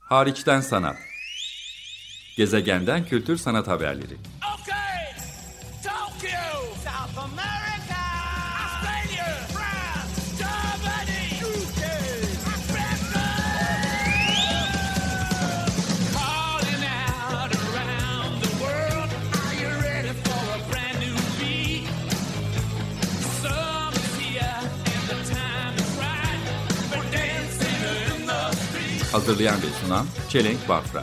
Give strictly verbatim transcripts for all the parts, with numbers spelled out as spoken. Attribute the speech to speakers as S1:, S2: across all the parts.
S1: Hariçten sanat. Gezegenden kültür sanat haberleri.
S2: Okay, Tokyo, South America, Australia, France, Germany, U K, Africa. Calling out around the world, are you ready for a brand new beat? Summer's here and the time is right for dancing in the street.
S1: Hazırlayan ve sunan Çelenk Bafra.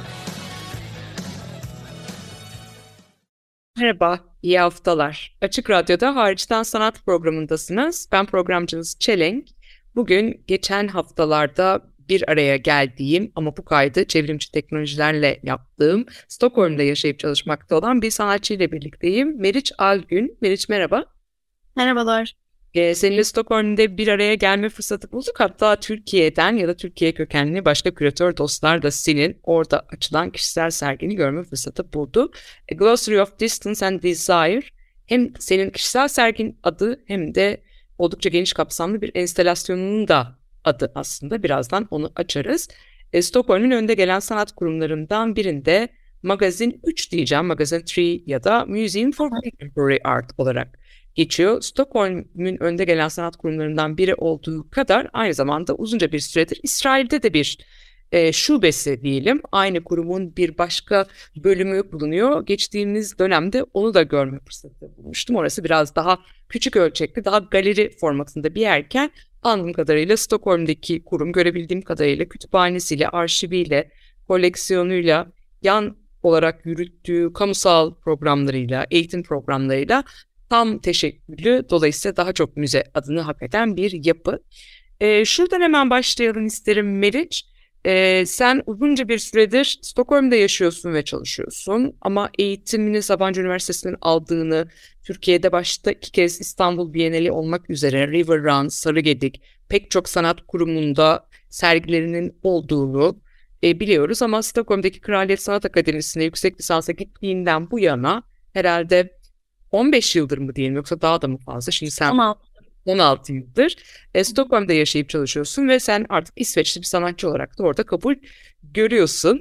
S3: Merhaba, iyi haftalar. Açık Radyo'da Hariçten Sanat programındasınız. Ben programcınız Çelenk. Bugün geçen haftalarda bir araya geldiğim ama bu kaydı çevrimçi teknolojilerle yaptığım, Stockholm'da yaşayıp çalışmakta olan bir sanatçıyla birlikteyim. Meriç Algün. Meriç merhaba.
S4: Merhabalar.
S3: Ee, seninle Stockholm'da bir araya gelme fırsatı bulduk. Hatta Türkiye'den ya da Türkiye kökenli başka küratör dostlar da senin orada açılan kişisel sergini görme fırsatı buldu. A Glossary of Distance and Desire hem senin kişisel sergin adı hem de oldukça geniş kapsamlı bir enstalasyonunun da adı aslında. Birazdan onu açarız. E, Stockholm'un önde gelen sanat kurumlarından birinde Magazin üç diyeceğim, Magazin üç ya da Museum for Contemporary Art olarak geçiyor. Stockholm'un önde gelen sanat kurumlarından biri olduğu kadar aynı zamanda uzunca bir süredir İsrail'de de bir e, şubesi diyelim. Aynı kurumun bir başka bölümü bulunuyor. Geçtiğimiz dönemde onu da görme fırsatı bulmuştum. Orası biraz daha küçük ölçekli, daha galeri formatında bir yerken anladığım kadarıyla Stockholm'daki kurum görebildiğim kadarıyla kütüphanesiyle, arşiviyle, koleksiyonuyla, yan olarak yürüttüğü kamusal programlarıyla, eğitim programlarıyla tam teşekküllü, dolayısıyla daha çok müze adını hak eden bir yapı. Ee, şuradan hemen başlayalım isterim Meriç. Ee, sen uzunca bir süredir Stockholm'da yaşıyorsun ve çalışıyorsun ama eğitimini Sabancı Üniversitesi'nin aldığını, Türkiye'de başta iki kez İstanbul Bienali olmak üzere River Run, Sarıgedik, pek çok sanat kurumunda sergilerinin olduğunu e, biliyoruz ama Stockholm'daki Kraliyet Sanat Akademisi'ne yüksek lisansa gittiğinden bu yana herhalde on beş yıldır mı diyelim yoksa daha da mı fazla? Şimdi sen
S4: on altı
S3: on altı yıldır e, Stockholm'da yaşayıp çalışıyorsun ve sen artık İsveçli bir sanatçı olarak da orada kabul görüyorsun.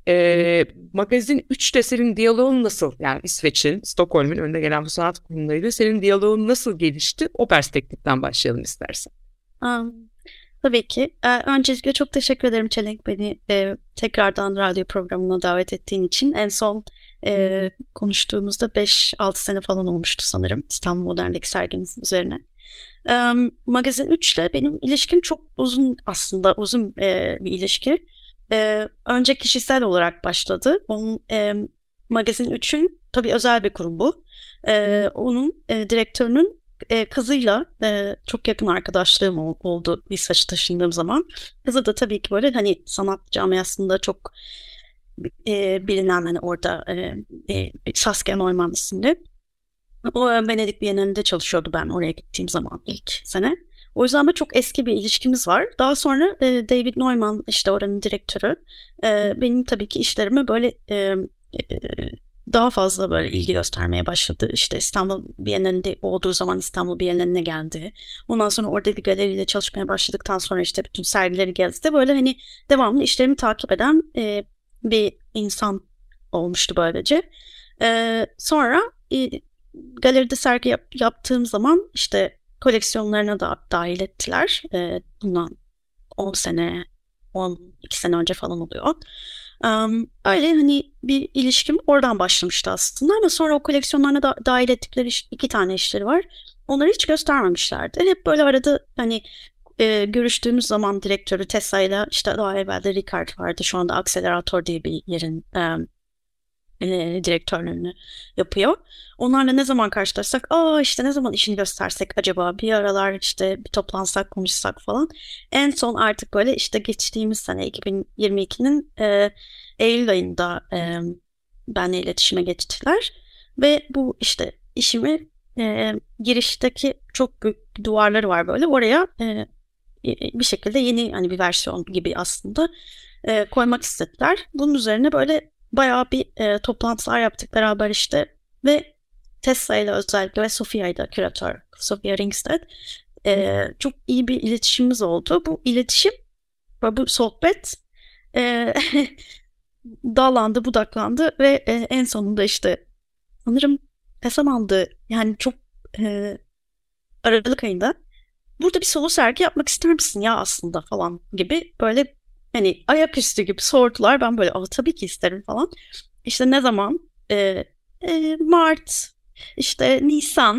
S3: E, Magazin üçte senin diyaloğun nasıl? Yani İsveç'in, Stockholm'un önde gelen bu sanat kurumlarıyla senin diyaloğun nasıl gelişti? O perspektiften başlayalım istersen.
S4: Um, tabii ki. Ee, öncelikle çok teşekkür ederim Çelenk, beni e, tekrardan radyo programına davet ettiğin için. En son e, konuştuğumuzda beş altı sene falan olmuştu sanırım İstanbul Modern'deki sergimizin üzerine. Um, Magazin üç ile benim ilişkim çok uzun, aslında uzun e, bir ilişki. E, önce kişisel olarak başladı. Onun, e, Magazin üçün tabii özel bir kurum bu. E, onun e, direktörünün e, kızıyla e, çok yakın arkadaşlığım ol, oldu İsveç'e taşındığım zaman. Kızı da tabii ki böyle hani sanat camiasında çok e, bilinen, hani orada e, e, Saskia Neumann isimli. O Venedik Bienalinde çalışıyordu ben oraya gittiğim zaman ilk sene. O yüzden de çok eski bir ilişkimiz var. Daha sonra e, David Neumann, işte oranın direktörü, e, benim tabii ki işlerime böyle e, e, daha fazla böyle ilgi göstermeye başladı. İşte İstanbul Bienalinde olduğu zaman İstanbul Bienali'ne geldi. Ondan sonra orada bir galeriyle çalışmaya başladıktan sonra işte bütün sergileri gezdi. Böyle hani devamlı işlerimi takip eden e, bir insan olmuştu böylece. E, sonra e, galeride sergi yap, yaptığım zaman işte koleksiyonlarına da dahil ettiler. E, bundan on sene, on iki sene önce falan oluyor. Um, öyle hani bir ilişkim oradan başlamıştı aslında ama sonra o koleksiyonlarına da dahil ettikleri iş, iki tane işleri var. Onları hiç göstermemişlerdi. Hep böyle arada hani e, görüştüğümüz zaman direktörü Tessa'yla, işte daha evvel de Ricard vardı. Şu anda Akselerator diye bir yerin um, E, direktörlüğünü yapıyor. Onlarla ne zaman karşılaşsak, aa işte ne zaman işini göstersek acaba, bir aralar işte bir toplansak, konuşsak falan. En son artık böyle işte geçtiğimiz sene iki bin yirmi ikinin e, Eylül ayında e, benimle iletişime geçtiler ve bu işte işimi e, girişteki çok büyük duvarları var böyle, oraya e, bir şekilde yeni hani bir versiyon gibi aslında e, koymak istediler. Bunun üzerine böyle bayağı bir e, toplantılar yaptık beraber işte ve Tessa ile özellikle ve Sofia da küratör, Sofia Ringstedt, e, çok iyi bir iletişimimiz oldu. Bu iletişim ve bu sohbet e, dallandı, budaklandı ve e, en sonunda işte sanırım ne zamandı yani çok e, Aralık ayında burada bir solo sergi yapmak ister misin ya aslında falan gibi böyle hani ayaküstü gibi sordular. Ben böyle Aa, tabii ki isterim falan. İşte ne zaman? E, e, Mart, işte Nisan.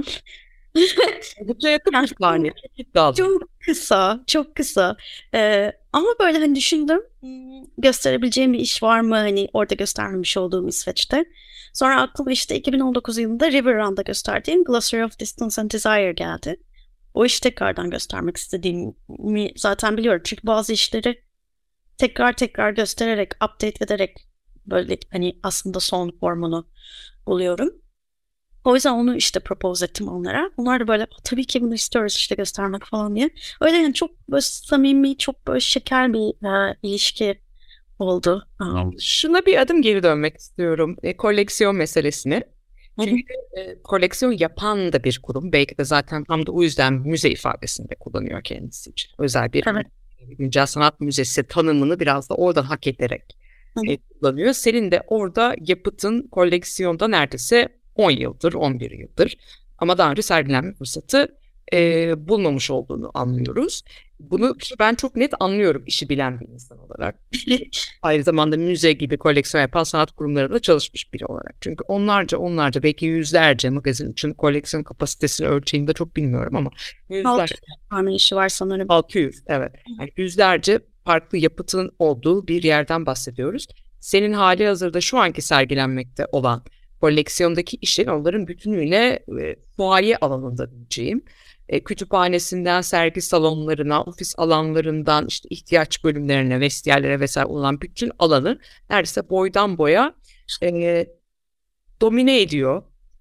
S3: Oldukça yakın bir tarih. İddialı.
S4: Çok kısa, çok kısa. Ee, ama böyle hani düşündüm, hmm, gösterebileceğim bir iş var mı hani orada göstermemiş olduğum İsveç'te. Sonra aklıma işte iki bin on dokuz yılında River Run'da gösterdiğim Glossary of Distance and Desire geldi. O işi tekrardan göstermek istediğimi zaten biliyorum. Çünkü bazı işleri tekrar tekrar göstererek, update ederek böyle hani aslında son formunu buluyorum. O yüzden onu işte propose ettim onlara. Onlar da böyle tabii ki bunu istiyoruz işte göstermek falan diye. Öyle yani çok böyle samimi, çok böyle şeker bir e, ilişki oldu. Um,
S3: Şuna bir adım geri dönmek istiyorum. E, koleksiyon meselesine. Çünkü e, koleksiyon yapan da bir kurum. Belki de zaten tam da o yüzden müze ifadesini de kullanıyor kendisi için. Özel bir
S4: Evet.
S3: güncel sanat müzesi tanımını biraz da oradan hak ederek
S4: Hı.
S3: e, kullanıyor. Senin de orada yapıtın koleksiyonda neredeyse on yıldır, on bir yıldır ama daha önce sergilenme fırsatı e, bulmamış olduğunu anlıyoruz. Bunu ben çok net anlıyorum işi bilen bir insan olarak. Aynı zamanda müze gibi koleksiyon yapan sanat kurumlarında çalışmış biri olarak. Çünkü onlarca onlarca belki yüzlerce magazin için koleksiyon kapasitesini ölçeğini de çok bilmiyorum ama yüzlerce.
S4: Parmak işi var sanırım.
S3: altı yüz evet. Yani yüzlerce farklı yapıtın olduğu bir yerden bahsediyoruz. Senin hali hazırda şu anki sergilenmekte olan koleksiyondaki işin onların bütünüyle e, fuaye alanında diyeceğim. E, kütüphanesinden sergi salonlarına, ofis alanlarından işte ihtiyaç bölümlerine, vestiyerlere vesaire olan bütün alanı neredeyse boydan boya e, domine ediyor.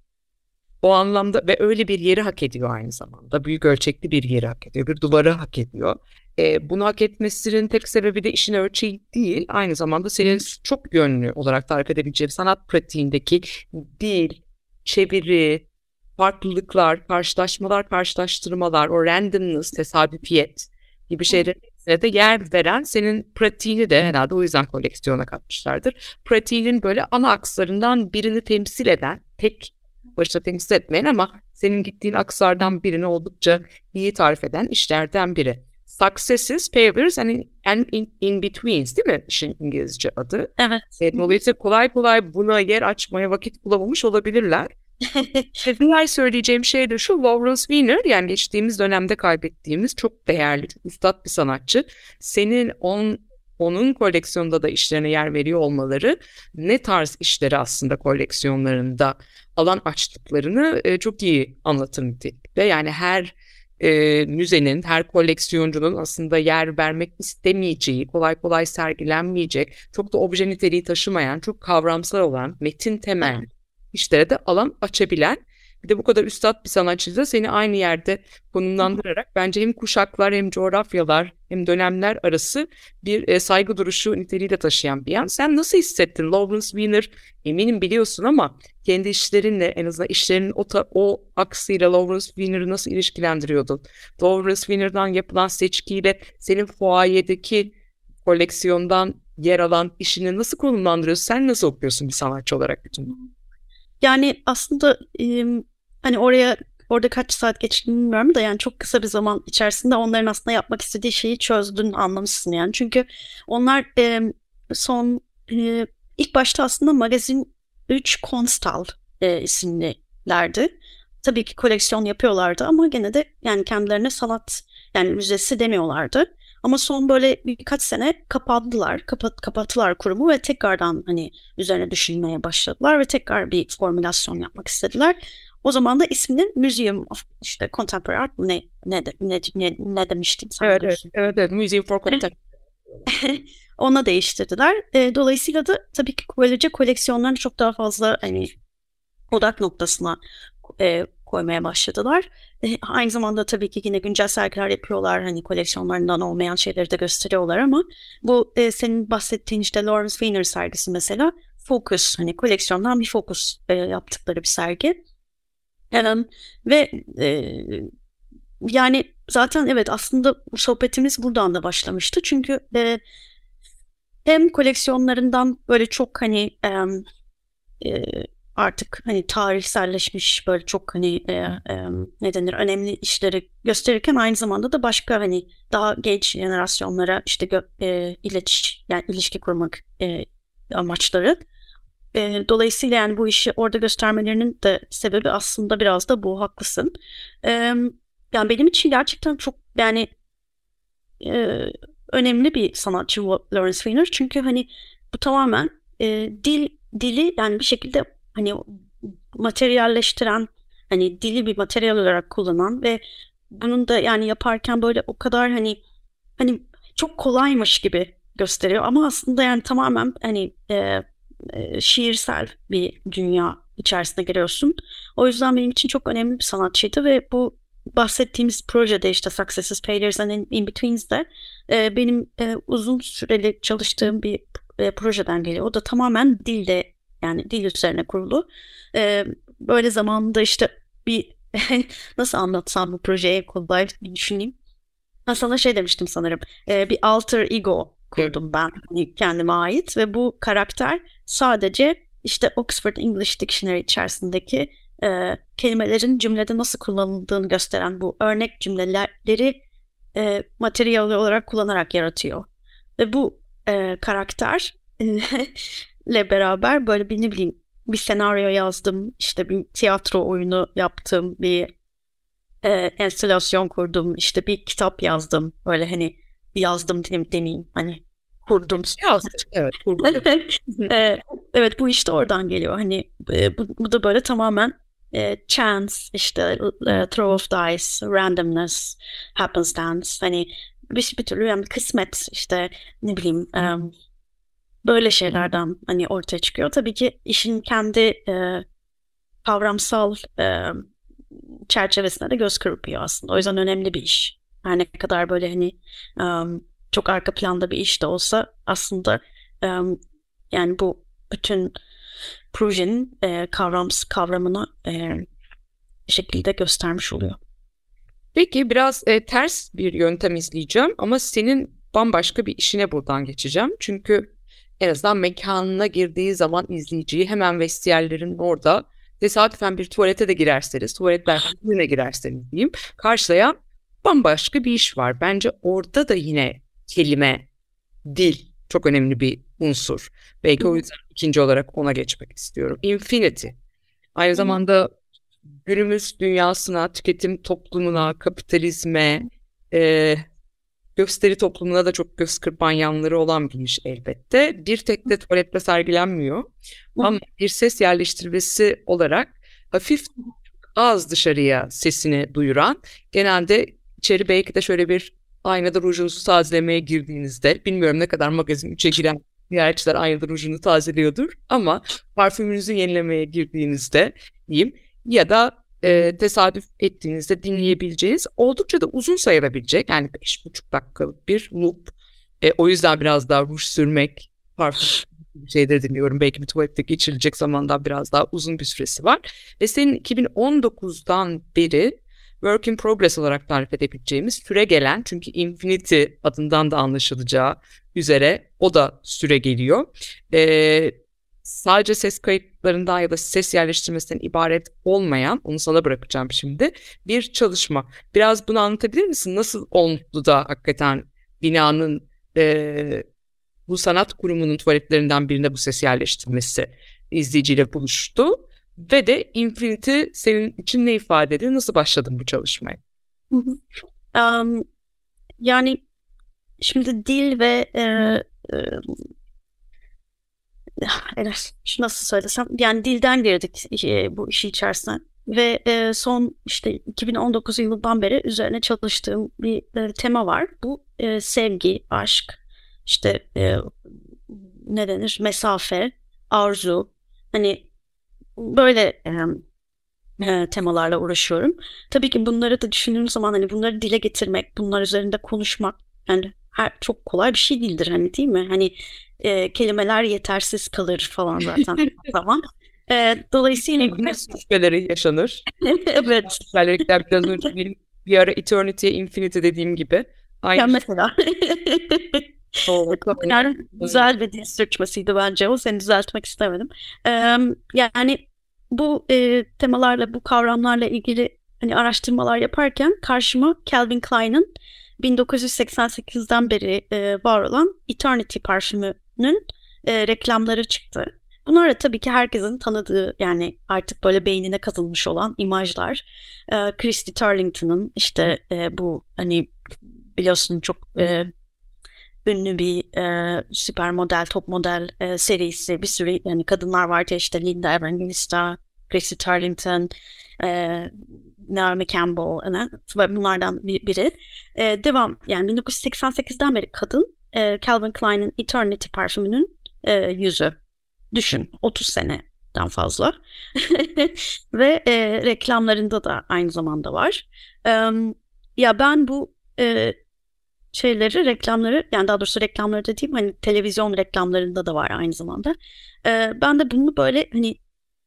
S3: O anlamda ve öyle bir yeri hak ediyor aynı zamanda. Büyük ölçekli bir yeri hak ediyor. Bir duvarı hak ediyor. E, bunu hak etmesinin tek sebebi de işin ölçeği değil. Aynı zamanda senin çok yönlü olarak tarif edebileceğin sanat pratiğindeki dil, çeviri, farklılıklar, karşılaşmalar, karşılaştırmalar, o randomness, tesadüfiyet gibi şeylerin hepsine de yer veren senin pratiğini de herhalde o yüzden koleksiyona katmışlardır. Pratiğinin böyle ana akslarından birini temsil eden, tek başına temsil etmeyen ama senin gittiğin akslardan birini oldukça iyi tarif eden işlerden biri. Successes, failures and in, and in, in betweens değil mi işin İngilizce adı?
S4: Evet.
S3: E, dolayısıyla kolay kolay buna yer açmaya vakit bulamamış olabilirler. Ve diğer söyleyeceğim şey de şu: Lawrence Weiner, yani geçtiğimiz dönemde kaybettiğimiz çok değerli, çok üstad bir sanatçı. Senin on, onun koleksiyonda da işlerine yer veriyor olmaları ne tarz işleri aslında koleksiyonlarında alan açtıklarını e, çok iyi anlatır nitelikte. Yani her e, müzenin, her koleksiyoncunun aslında yer vermek istemeyeceği, kolay kolay sergilenmeyecek, çok da obje niteliği taşımayan, çok kavramsal olan, metin temel işlere de alan açabilen, bir de bu kadar üstad bir sanatçı da seni aynı yerde konumlandırarak bence hem kuşaklar hem coğrafyalar hem dönemler arası bir e, saygı duruşu niteliği de taşıyan bir yan. Sen nasıl hissettin? Lawrence Weiner eminim biliyorsun ama kendi işlerinle, en azından işlerinin o, ta, o aksıyla Lawrence Weiner'ı nasıl ilişkilendiriyordun? Lawrence Weiner'dan yapılan seçkiyle senin fuayedeki koleksiyondan yer alan işini nasıl konumlandırıyorsun? Sen nasıl okuyorsun bir sanatçı olarak bütün?
S4: Yani aslında e, hani oraya orada kaç saat geçtiğini bilmiyorum da yani çok kısa bir zaman içerisinde onların aslında yapmak istediği şeyi çözdün, anlamışsın yani. Çünkü onlar e, son e, ilk başta aslında Magazin üç Konstal e, isimlilerdi. Tabii ki koleksiyon yapıyorlardı ama gene de yani kendilerine sanat yani müzesi demiyorlardı. Ama son böyle birkaç sene kapandılar, kapat, kapattılar kurumu ve tekrardan hani üzerine düşünmeye başladılar ve tekrar bir formülasyon yapmak istediler. O zaman da ismini Museum of işte Contemporary Art ne ne de, ne, ne, ne demiştin sen?
S3: Evet, evet, evet, evet. Museum for Contemporary.
S4: Ona değiştirdiler. E, dolayısıyla da tabii ki böylece koleksiyonlarını çok daha fazla hani odak noktasına e, koymaya başladılar. E, aynı zamanda tabii ki yine güncel sergiler yapıyorlar. Hani koleksiyonlarından olmayan şeyleri de gösteriyorlar ama bu e, senin bahsettiğin işte Lawrence Weiner sergisi mesela fokus, hani koleksiyondan bir fokus e, yaptıkları bir sergi. Yani, ve e, yani zaten evet aslında sohbetimiz buradan da başlamıştı. Çünkü e, hem koleksiyonlarından böyle çok hani em, e, artık hani tarihselleşmiş böyle çok hani e, e, ne denir önemli işleri gösterirken aynı zamanda da başka hani daha genç jenerasyonlara işte gö- e, iletiş yani ilişki kurmak e, amaçları. E, dolayısıyla yani bu işi orada göstermelerinin de sebebi aslında biraz da bu, haklısın. E, yani benim için gerçekten çok yani e, önemli bir sanatçı Lawrence Weiner, çünkü hani bu tamamen e, dil dili yani bir şekilde hani materyalleştiren, hani dili bir materyal olarak kullanan ve bunun da yani yaparken böyle o kadar hani hani çok kolaymış gibi gösteriyor ama aslında yani tamamen hani e, e, şiirsel bir dünya içerisine giriyorsun. O yüzden benim için çok önemli bir sanatçıydı ve bu bahsettiğimiz projede işte Successes, Failures and In-Betweens'de e, benim e, uzun süreli çalıştığım bir e, projeden geliyor. O da tamamen dilde, yani dil üzerine kurulu. E, böyle zamanında işte bir nasıl anlatsam bu projeye kolay bir düşüneyim. Ben sana şey demiştim sanırım. E, bir alter ego kurdum ben hani kendime ait ve bu karakter sadece işte Oxford English Dictionary içerisindeki e, kelimelerin cümlede nasıl kullanıldığını gösteren bu örnek cümleleri e, materyal olarak kullanarak yaratıyor. Ve bu e, karakter ile beraber böyle bir ne bileyim bir senaryo yazdım, işte bir tiyatro oyunu yaptım, bir e, enstalasyon kurdum, işte bir kitap yazdım. Böyle hani yazdım diyeyim, demeyeyim hani kurdum.
S3: Yazdık, evet. Kurgu.
S4: E, evet, bu işte oradan geliyor. Hani e, bu, bu da böyle tamamen e, chance, işte e, throw of dice, randomness, happenstance, hani bir, bir türlü yani kısmet, işte ne bileyim e, böyle şeylerden hani ortaya çıkıyor. Tabii ki işin kendi e, kavramsal e, çerçevesine de göz kırpıyor aslında. O yüzden önemli bir iş. Her ne kadar böyle hani um, çok arka planda bir iş de olsa aslında um, yani bu bütün projenin e, kavrams kavramını e, bir şekilde göstermiş oluyor.
S3: Peki biraz e, ters bir yöntem izleyeceğim ama senin bambaşka bir işine buradan geçeceğim. Çünkü en azından mekanına girdiği zaman izleyiciyi hemen vestiyerlerin orada tesadüfen bir tuvalete de girerseniz, tuvaletler birbirine girerseniz diyeyim, karşılayan bambaşka bir iş var. Bence orada da yine kelime, dil çok önemli bir unsur. Belki o yüzden ikinci olarak ona geçmek istiyorum. Infinity. Aynı zamanda günümüz dünyasına, tüketim toplumuna, kapitalizme, e, gösteri toplumuna da çok göz kırpan yanları olan bir iş elbette. Bir tek de tuvaletle sergilenmiyor. Ama bir ses yerleştirmesi olarak hafif az dışarıya sesini duyuran, genelde içeri belki de şöyle bir aynada rujunuzu tazelemeye girdiğinizde, bilmiyorum ne kadar magazin üçe giren ziyaretçiler aynada rujunu tazeliyordur ama parfümünüzü yenilemeye girdiğinizde diyeyim ya da e, tesadüf ettiğinizde dinleyebileceğiniz oldukça da uzun sayılabilecek, yani beş buçuk dakikalık bir loop. E, o yüzden biraz daha ruj sürmek, parfüm bir şeyleri dinliyorum. Belki bir tuvalette geçirilecek zamandan biraz daha uzun bir süresi var. Ve senin iki bin on dokuzdan beri work in progress olarak tarif edebileceğimiz süre gelen, çünkü Infinity adından da anlaşılacağı üzere o da süre geliyor. Ee, sadece ses kayıtlarından ya da ses yerleştirmesinden ibaret olmayan, onu sana bırakacağım şimdi, bir çalışma. Biraz bunu anlatabilir misin? Nasıl oldu da hakikaten binanın e, bu sanat kurumunun tuvaletlerinden birinde bu ses yerleştirmesi izleyiciyle buluştu? Ve de Infinity senin için ne ifade ediyor? Nasıl başladın bu çalışmaya?
S4: Hı hı. Um, yani şimdi dil ve e, e, evet, şu nasıl söylesem, yani dilden girdik e, bu işi içerisine ve e, son işte iki bin on dokuz yılından beri üzerine çalıştığım bir e, tema var. Bu e, sevgi, aşk, işte e, ne denir, mesafe, arzu, hani böyle e, e, temalarla uğraşıyorum. Tabii ki bunları da düşündüğüm zaman hani bunları dile getirmek, bunlar üzerinde konuşmak yani her, çok kolay bir şey değildir hani, değil mi? Hani e, kelimeler yetersiz kalır falan zaten tamam. E, dolayısıyla
S3: Şüpheleri yaşanır.
S4: evet.
S3: Özellikle biraz önce bir, bir ara Eternity, Infinity dediğim gibi. Aynı
S4: Ya mesela Yani güzel bir dil sürçmesiydi bence o. Seni düzeltmek istemedim. Ee, yani bu e, temalarla, bu kavramlarla ilgili hani araştırmalar yaparken karşıma Calvin Klein'in bin dokuz yüz seksen sekizden beri e, var olan Eternity parfümünün e, reklamları çıktı. Bunlar da tabii ki herkesin tanıdığı, yani artık böyle beynine kazınmış olan imajlar. E, Christy Turlington'ın işte e, bu hani biliyorsun çok e, ünlü bir e, süper model, top model e, serisi, bir sürü yani kadınlar vardı işte, Linda Evangelista, Christy Turlington, e, Naomi Campbell, ve bunlardan biri. E, devam yani bin dokuz yüz seksen sekizden beri kadın e, Calvin Klein'in Eternity parfümünün e, yüzü. Düşün, otuz seneden fazla. Ve e, reklamlarında da aynı zamanda var. E, ya ben bu e, şeyleri, reklamları, yani daha doğrusu reklamları dediğim hani televizyon reklamlarında da var aynı zamanda. E, ben de bunu böyle hani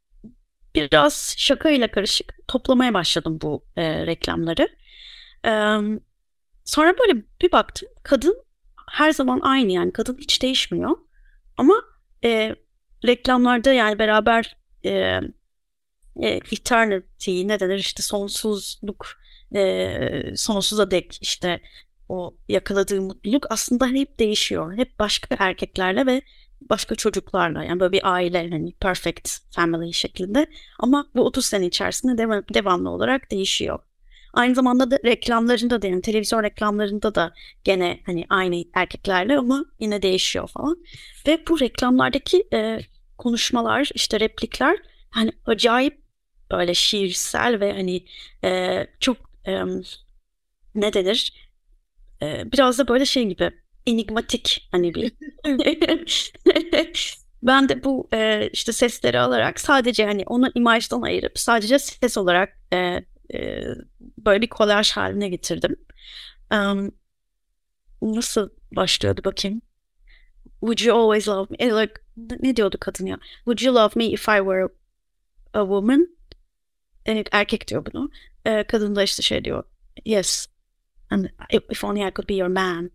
S4: biraz şakayla karışık toplamaya başladım bu e, reklamları. E, sonra böyle bir baktım, kadın her zaman aynı, yani kadın hiç değişmiyor. Ama e, reklamlarda yani beraber e, e, eternity ne denir işte, sonsuzluk, e, sonsuza dek işte o yakaladığı mutluluk aslında hep değişiyor. Hep başka erkeklerle ve başka çocuklarla, yani böyle bir aile, hani perfect family şeklinde, ama bu otuz sene içerisinde devam, devamlı olarak değişiyor. Aynı zamanda da reklamlarında da, yani televizyon reklamlarında da gene hani aynı erkeklerle ama yine değişiyor falan. Ve bu reklamlardaki e, konuşmalar, işte replikler hani acayip böyle şiirsel ve hani e, çok e, ne denir? E, biraz da böyle şey gibi, enigmatik hani bir. Ben de bu e, işte sesleri alarak sadece hani onu imajdan ayırıp sadece ses olarak e, e, böyle bir kolaj haline getirdim. Um, nasıl başlıyordu bakayım? Would you always love me? E, like, ne diyordu kadın ya? Would you love me if I were a woman? E, erkek diyor bunu. E, kadın da işte şey diyor. Yes. And if only I could be your man.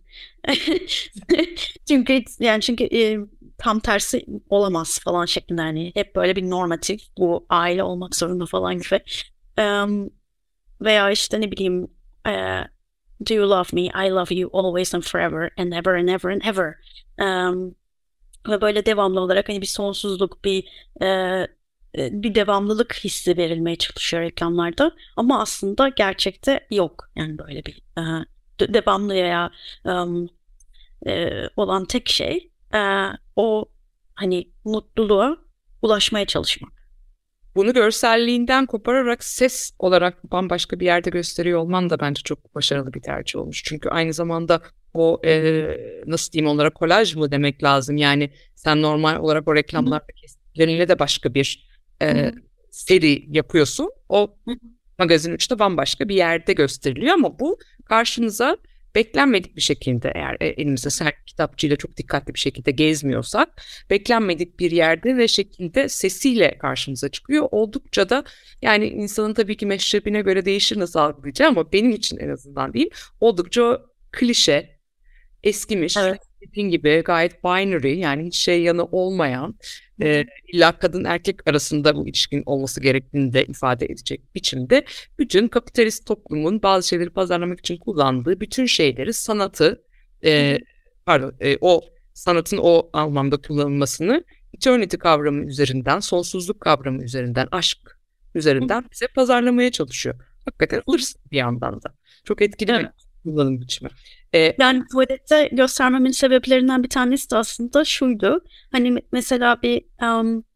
S4: çünkü yani çünkü e, tam tersi olamaz falan şeklinde, hani hep böyle bir normatif, bu aile olmak zorunda falan gibi. Um, veya işte ne bileyim e, do you love me? I love you always and forever and ever and ever and ever. Um, ve böyle devamlı olarak hani bir sonsuzluk, bir e, bir devamlılık hissi verilmeye çalışıyor reklamlarda, ama aslında gerçekte yok, yani böyle bir e, devamlıya um, e, olan tek şey e, o hani mutluluğa ulaşmaya çalışmak.
S3: Bunu görselliğinden kopararak ses olarak bambaşka bir yerde gösteriyor olman da bence çok başarılı bir tercih olmuş. Çünkü aynı zamanda o e, nasıl diyeyim, onlara kolaj mı demek lazım? Yani sen normal olarak o reklamlarda kesitikleriyle de başka bir e, seri yapıyorsun. O Magazin üçte bambaşka bir yerde gösteriliyor, ama bu karşınıza beklenmedik bir şekilde, eğer elimizde sert kitapçıyla çok dikkatli bir şekilde gezmiyorsak, beklenmedik bir yerde ve şekilde sesiyle karşımıza çıkıyor. Oldukça da, yani insanın tabii ki meşrebine göre değişir nasıl algılayacağı, ama benim için en azından değil, oldukça klişe, eskimiş,
S4: Evet.
S3: dediğin gibi gayet binary, yani hiç şey yanı olmayan, e, illa kadın erkek arasında bu ilişkin olması gerektiğini de ifade edecek biçimde bütün kapitalist toplumun bazı şeyleri pazarlamak için kullandığı bütün şeyleri, sanatı, e, pardon e, o sanatın o anlamda kullanılmasını eternity kavramı üzerinden, sonsuzluk kavramı üzerinden, aşk üzerinden bize pazarlamaya çalışıyor. Hakikaten alırsın bir yandan da. Çok etkili
S4: Evet.
S3: bir kullanım biçimi. Ee,
S4: Yani tuvalette göstermemin sebeplerinden bir tanesi de aslında şuydu. Hani mesela bir um,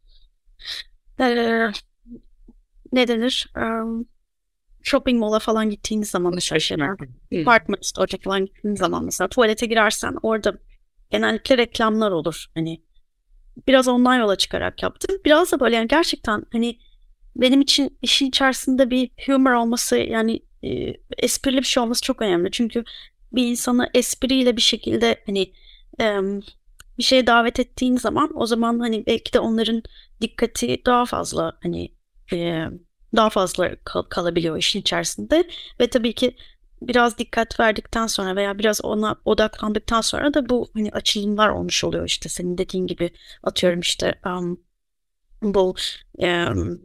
S4: e, ne denir? Um, shopping mall'a falan gittiğiniz zaman, mesela şeyler, department store'a falan gittiğiniz zaman mesela tuvalete girersen orada genellikle reklamlar olur. Hani biraz ondan yola çıkarak yaptım. Biraz da böyle yani gerçekten hani benim için işin içerisinde bir humor olması, yani e, esprili bir şey olması çok önemli. Çünkü bir insanı espriyle bir şekilde hani e, bir şeye davet ettiğin zaman, o zaman hani belki de onların dikkati daha fazla hani e, daha fazla kal- kalabiliyor işin içerisinde. Ve tabii ki biraz dikkat verdikten sonra veya biraz ona odaklandıktan sonra da bu hani açılımlar olmuş oluyor işte senin dediğin gibi atıyorum işte um, bu um,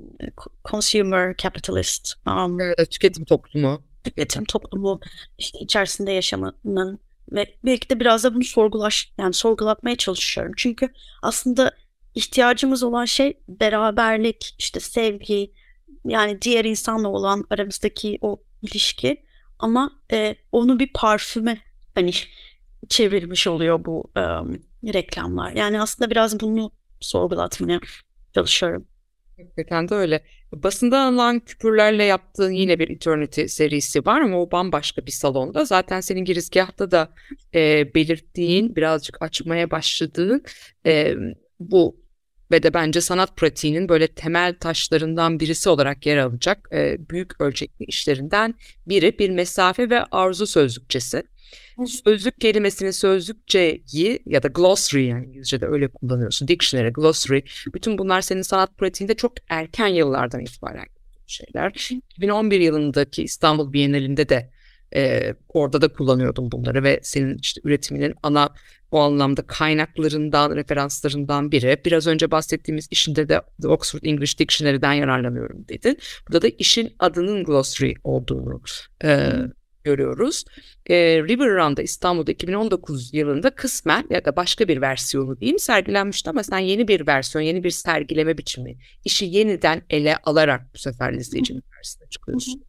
S4: consumer capitalist um,
S3: Evet, tüketim toplumu.
S4: tüketim toplumu işte içerisinde yaşamanın ve belki de biraz da bunu sorgulaş yani sorgulatmaya çalışıyorum. Çünkü aslında ihtiyacımız olan şey beraberlik, işte sevgi, yani diğer insanla olan aramızdaki o ilişki ama e, onu bir parfüme hani çevirmiş oluyor bu e, reklamlar. Yani aslında biraz bunu sorgulatmaya çalışıyorum.
S3: Hakikaten de öyle. Basında alınan küpürlerle yaptığın yine bir Eternity serisi var ama o bambaşka bir salonda. Zaten senin girizgahta da e, belirttiğin, birazcık açmaya başladığın e, bu ve de bence sanat pratiğinin böyle temel taşlarından birisi olarak yer alacak e, büyük ölçekli işlerinden biri bir mesafe ve arzu sözlükçesi. Sözlük kelimesinin sözlükçeyi ya da glossary, yani İngilizce'de öyle kullanıyorsun. Dictionary, glossary. Bütün bunlar senin sanat pratiğinde çok erken yıllardan itibaren şeyler. iki bin on bir yılındaki İstanbul Bienalinde de e, orada da kullanıyordum bunları ve senin işte üretiminin ana o anlamda kaynaklarından, referanslarından biri. Biraz önce bahsettiğimiz işinde de The Oxford English Dictionary'den yararlanıyorum dedin. Burada da işin adının glossary olduğunu e, görüyoruz. E, River Run'da İstanbul'da iki bin on dokuz yılında kısmen ya da başka bir versiyonu diyeyim sergilenmişti ama sen yeni bir versiyon, yeni bir sergileme biçimi, işi yeniden ele alarak bu sefer izleyicinin karşısına çıkıyorsun.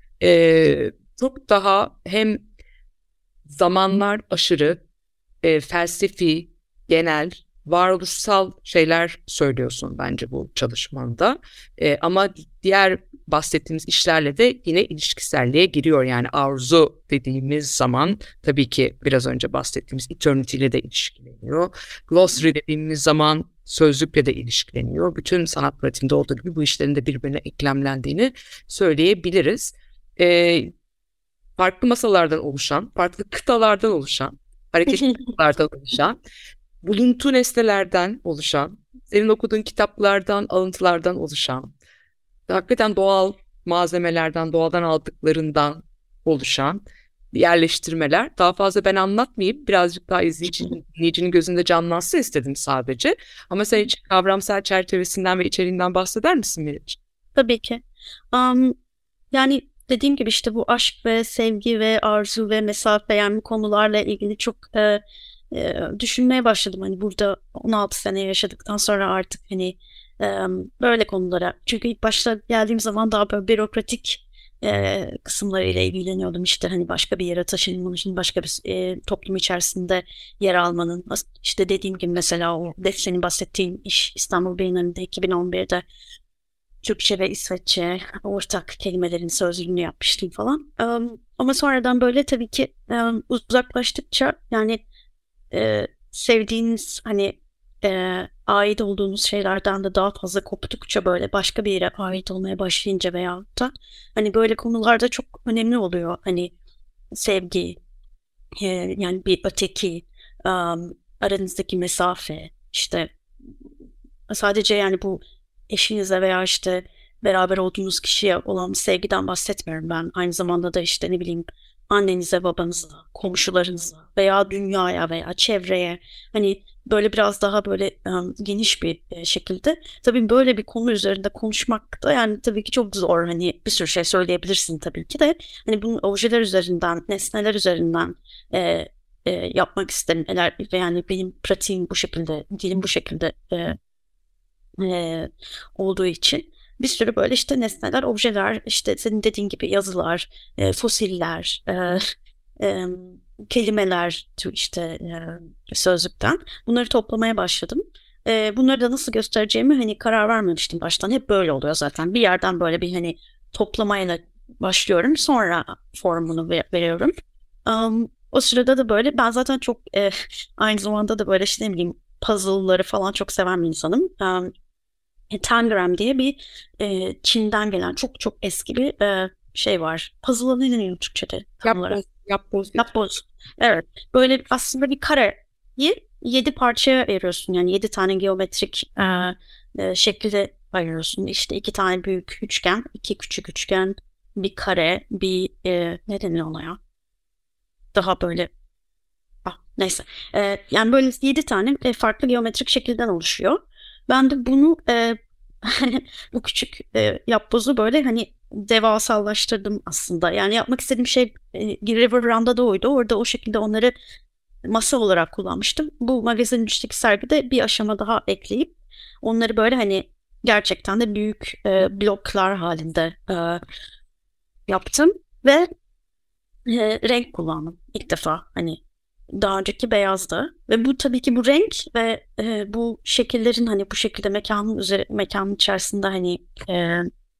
S3: E, çok daha hem zamanlar aşırı e, felsefi, genel, varoluşsal şeyler söylüyorsun bence bu çalışmanda. E, ama diğer bahsettiğimiz işlerle de yine ilişkiselliğe giriyor. Yani arzu dediğimiz zaman tabii ki biraz önce bahsettiğimiz eternity ile de ilişkileniyor. Glossary dediğimiz zaman sözlükle de ilişkileniyor. Bütün sanat pratiğinde olduğu gibi bu işlerin de birbirine eklemlendiğini söyleyebiliriz. E, farklı masalardan oluşan, farklı kıtalardan oluşan, hareketli kıtalardan oluşan, buluntu nesnelerden oluşan, senin okuduğun kitaplardan, alıntılardan oluşan, hakikaten doğal malzemelerden, doğadan aldıklarından oluşan yerleştirmeler. Daha fazla ben anlatmayayım. Birazcık daha izleyicinin, dinleyicinin gözünde canlansın istedim sadece. Ama sen hiç kavramsal çerçevesinden ve içeriğinden bahseder misin Meriç?
S4: Tabii ki. Um, yani dediğim gibi işte bu aşk ve sevgi ve arzu ve mesafe, yani bu konularla ilgili çok e, e, düşünmeye başladım. Hani burada on altı sene yaşadıktan sonra artık hani e, böyle konulara. Çünkü ilk başta geldiğim zaman daha böyle bürokratik e, kısımlarıyla ilgileniyordum. İşte hani başka bir yere taşınmanın, başka bir e, toplum içerisinde yer almanın. İşte dediğim gibi mesela o senin bahsettiğin iş İstanbul Bienalinde iki bin on birde Türkçe ve İsveççe ortak kelimelerin sözlüğünü yapmıştım falan. Um, ama sonradan böyle tabii ki um, uzaklaştıkça yani e, sevdiğiniz hani e, ait olduğunuz şeylerden de daha fazla koptukça böyle başka bir yere ait olmaya başlayınca veyahut da hani böyle konularda çok önemli oluyor. Hani sevgi, e, yani bir öteki, um, aranızdaki mesafe, işte sadece yani bu eşinize veya işte beraber olduğunuz kişiye olan sevgiden bahsetmiyorum ben. Aynı zamanda da işte ne bileyim annenize, babanıza, komşularınıza veya dünyaya veya çevreye, hani böyle biraz daha böyle um, geniş bir e, şekilde. Tabii böyle bir konu üzerinde konuşmak da yani tabii ki çok zor. Hani bir sürü şey söyleyebilirsin tabii ki de. Hani bunu objeler üzerinden, nesneler üzerinden e, e, yapmak isterim. Eğer, ve yani benim pratiğim bu şekilde, dilim bu şekilde e, e, olduğu için bir sürü böyle işte nesneler, objeler, işte senin dediğin gibi yazılar, e, fosiller, e, e, kelimeler, işte e, sözlükten bunları toplamaya başladım. E, bunları da nasıl göstereceğimi hani karar vermemiştim baştan. Hep böyle oluyor zaten. Bir yerden böyle bir hani toplamayla başlıyorum. Sonra formunu ver- veriyorum. Um, o sırada da böyle ben zaten çok e, aynı zamanda da böyle işte ne bileyim puzzle'ları falan çok seven bir insanım. Um, Tangram diye bir e, Çin'den gelen çok çok eski bir e, şey var. Puzzle'a ne deniyor Türkçe'de tam olarak?
S3: Yapboz, yapboz.
S4: Yapboz. Evet. Böyle aslında bir kareyi yedi parçaya ayırıyorsun. Yani yedi tane geometrik e, e, şekilde ayırıyorsun. İşte iki tane büyük üçgen, iki küçük üçgen, bir kare, bir e, ne denir ona ya? Daha böyle ah, neyse. E, yani böyle yedi tane e, farklı geometrik şekilden oluşuyor. Ben de bunu e, bu küçük e, yapbozu böyle hani devasallaştırdım aslında. Yani yapmak istediğim şey e, River Run'da da oydu. Orada o şekilde onları masa olarak kullanmıştım. Bu magazin içindeki sergide bir aşama daha ekleyip onları böyle hani gerçekten de büyük e, bloklar halinde e, yaptım ve e, renk kullandım ilk defa. Hani daha önceki beyazdı ve bu tabii ki bu renk ve e, bu şekillerin hani bu şekilde mekanın üzeri mekanın içerisinde hani e,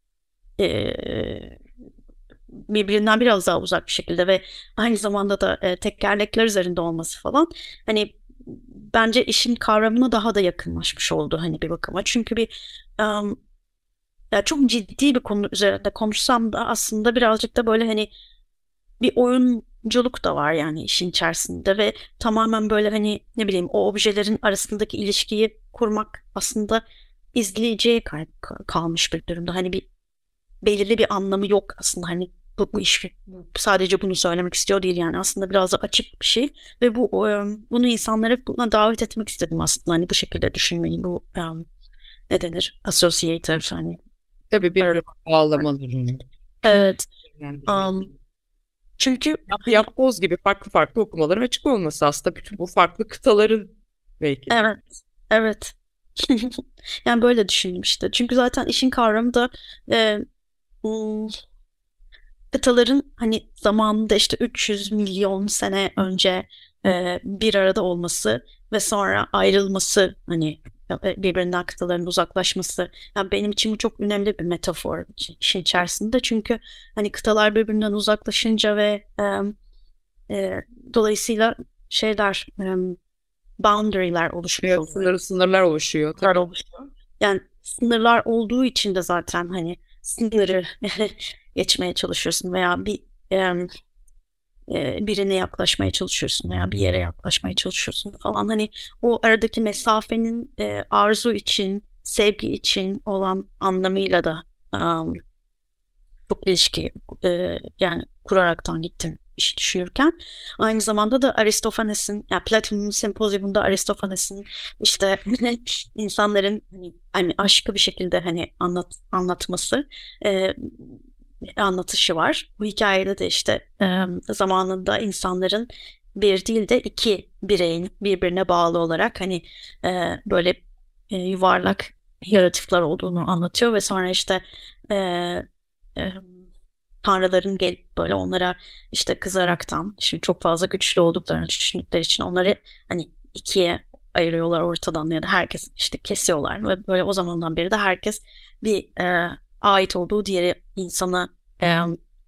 S4: e, birbirinden biraz daha uzak bir şekilde ve aynı zamanda da e, tekerlekler üzerinde olması falan hani bence işin kavramına daha da yakınlaşmış oldu hani bir bakıma. Çünkü bir um, ya çok ciddi bir konu üzerinde konuşsam da aslında birazcık da böyle hani bir oyunculuk da var yani işin içerisinde ve tamamen böyle hani ne bileyim o objelerin arasındaki ilişkiyi kurmak aslında izleyiciye kal- kalmış bir durumda. Hani bir belirli bir anlamı yok aslında hani bu, bu iş sadece bunu söylemek istiyor değil yani aslında biraz da açık bir şey ve bu um, bunu insanları buna davet etmek istedim aslında hani bu şekilde düşünmeyi bu um, ne denir associative hani
S3: Tabii bir bağlamaları.
S4: evet
S3: Yani,
S4: um, çünkü
S3: yap- yapboz gibi farklı farklı okumaların açık olması aslında bütün bu farklı kıtaların belki.
S4: evet evet yani böyle düşündüm işte çünkü zaten işin kavramı da e, hmm, kıtaların hani zamanında işte üç yüz milyon sene önce e, bir arada olması ve sonra ayrılması hani e, birbirinden kıtaların uzaklaşması. Yani benim için bu çok önemli bir metafor işin içerisinde. Çünkü hani kıtalar birbirinden uzaklaşınca ve e, e, dolayısıyla şeyler e, boundary'ler oluşmuş
S3: Evet,
S4: oluyor.
S3: sınır, sınırlar oluşuyor. Tabii.
S4: Sınırlar oluşuyor. Yani sınırlar olduğu için de zaten hani sınırı geçmeye çalışıyorsun veya bir e, e, birine yaklaşmaya çalışıyorsun veya bir yere yaklaşmaya çalışıyorsun falan. Hani o aradaki mesafenin e, arzu için, sevgi için olan anlamıyla da um, çok ilişki e, yani kuraraktan gittim iş düşünürken. Aynı zamanda da Aristofanes'in, yani Platon'un sempozyumunda Aristofanes'in işte insanların hani, hani aşkı bir şekilde hani anlat anlatması e, anlatışı var. Bu hikayede de işte e, zamanında insanların bir değil de iki bireyin birbirine bağlı olarak hani e, böyle e, yuvarlak yaratıklar olduğunu anlatıyor ve sonra işte e, e, tanrıların gelip böyle onlara işte kızaraktan şimdi çok fazla güçlü olduklarını düşündükleri için onları hani ikiye ayırıyorlar ortadan ya da herkes işte kesiyorlar ve böyle o zamandan beri de herkes bir e, ait olduğu diğeri insana e,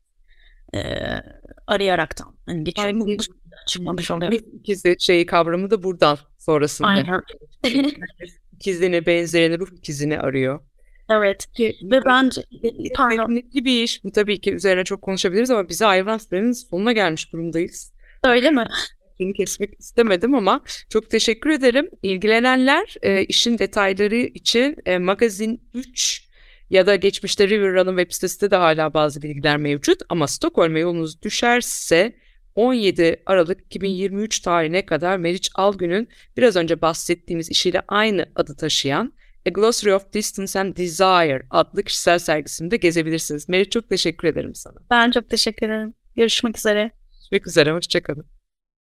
S4: e, arayaraktan hani geçiyor.
S3: Aynen.
S4: Bu- bu çıkmamış oluyor.
S3: İkizi şeyi kavramı da buradan sonrasında.
S4: Aynen.
S3: İkizini, benzerini, ruh ikizini arıyor.
S4: Evet.
S3: Ki,
S4: Ve bence pardon.
S3: derinlikli bir iş. Bu tabii ki üzerine çok konuşabiliriz ama bize ayrılan sürenin sonuna gelmiş durumdayız.
S4: Öyle mi?
S3: Seni kesmek istemedim ama çok teşekkür ederim. İlgilenenler e, işin detayları için e, Magazin üç ya da geçmişte River Run'ın web sitesinde de hala bazı bilgiler mevcut. Ama Stockholm'e yolunuz düşerse on yedi Aralık iki bin yirmi üç tarihine kadar Meriç Algün'ün biraz önce bahsettiğimiz işiyle aynı adı taşıyan A Glossary of Distance and Desire adlı kişisel sergisinde gezebilirsiniz. Meriç çok teşekkür ederim sana.
S4: Ben çok teşekkür ederim. Görüşmek üzere.
S3: Görüşmek üzere, hoşçakalın.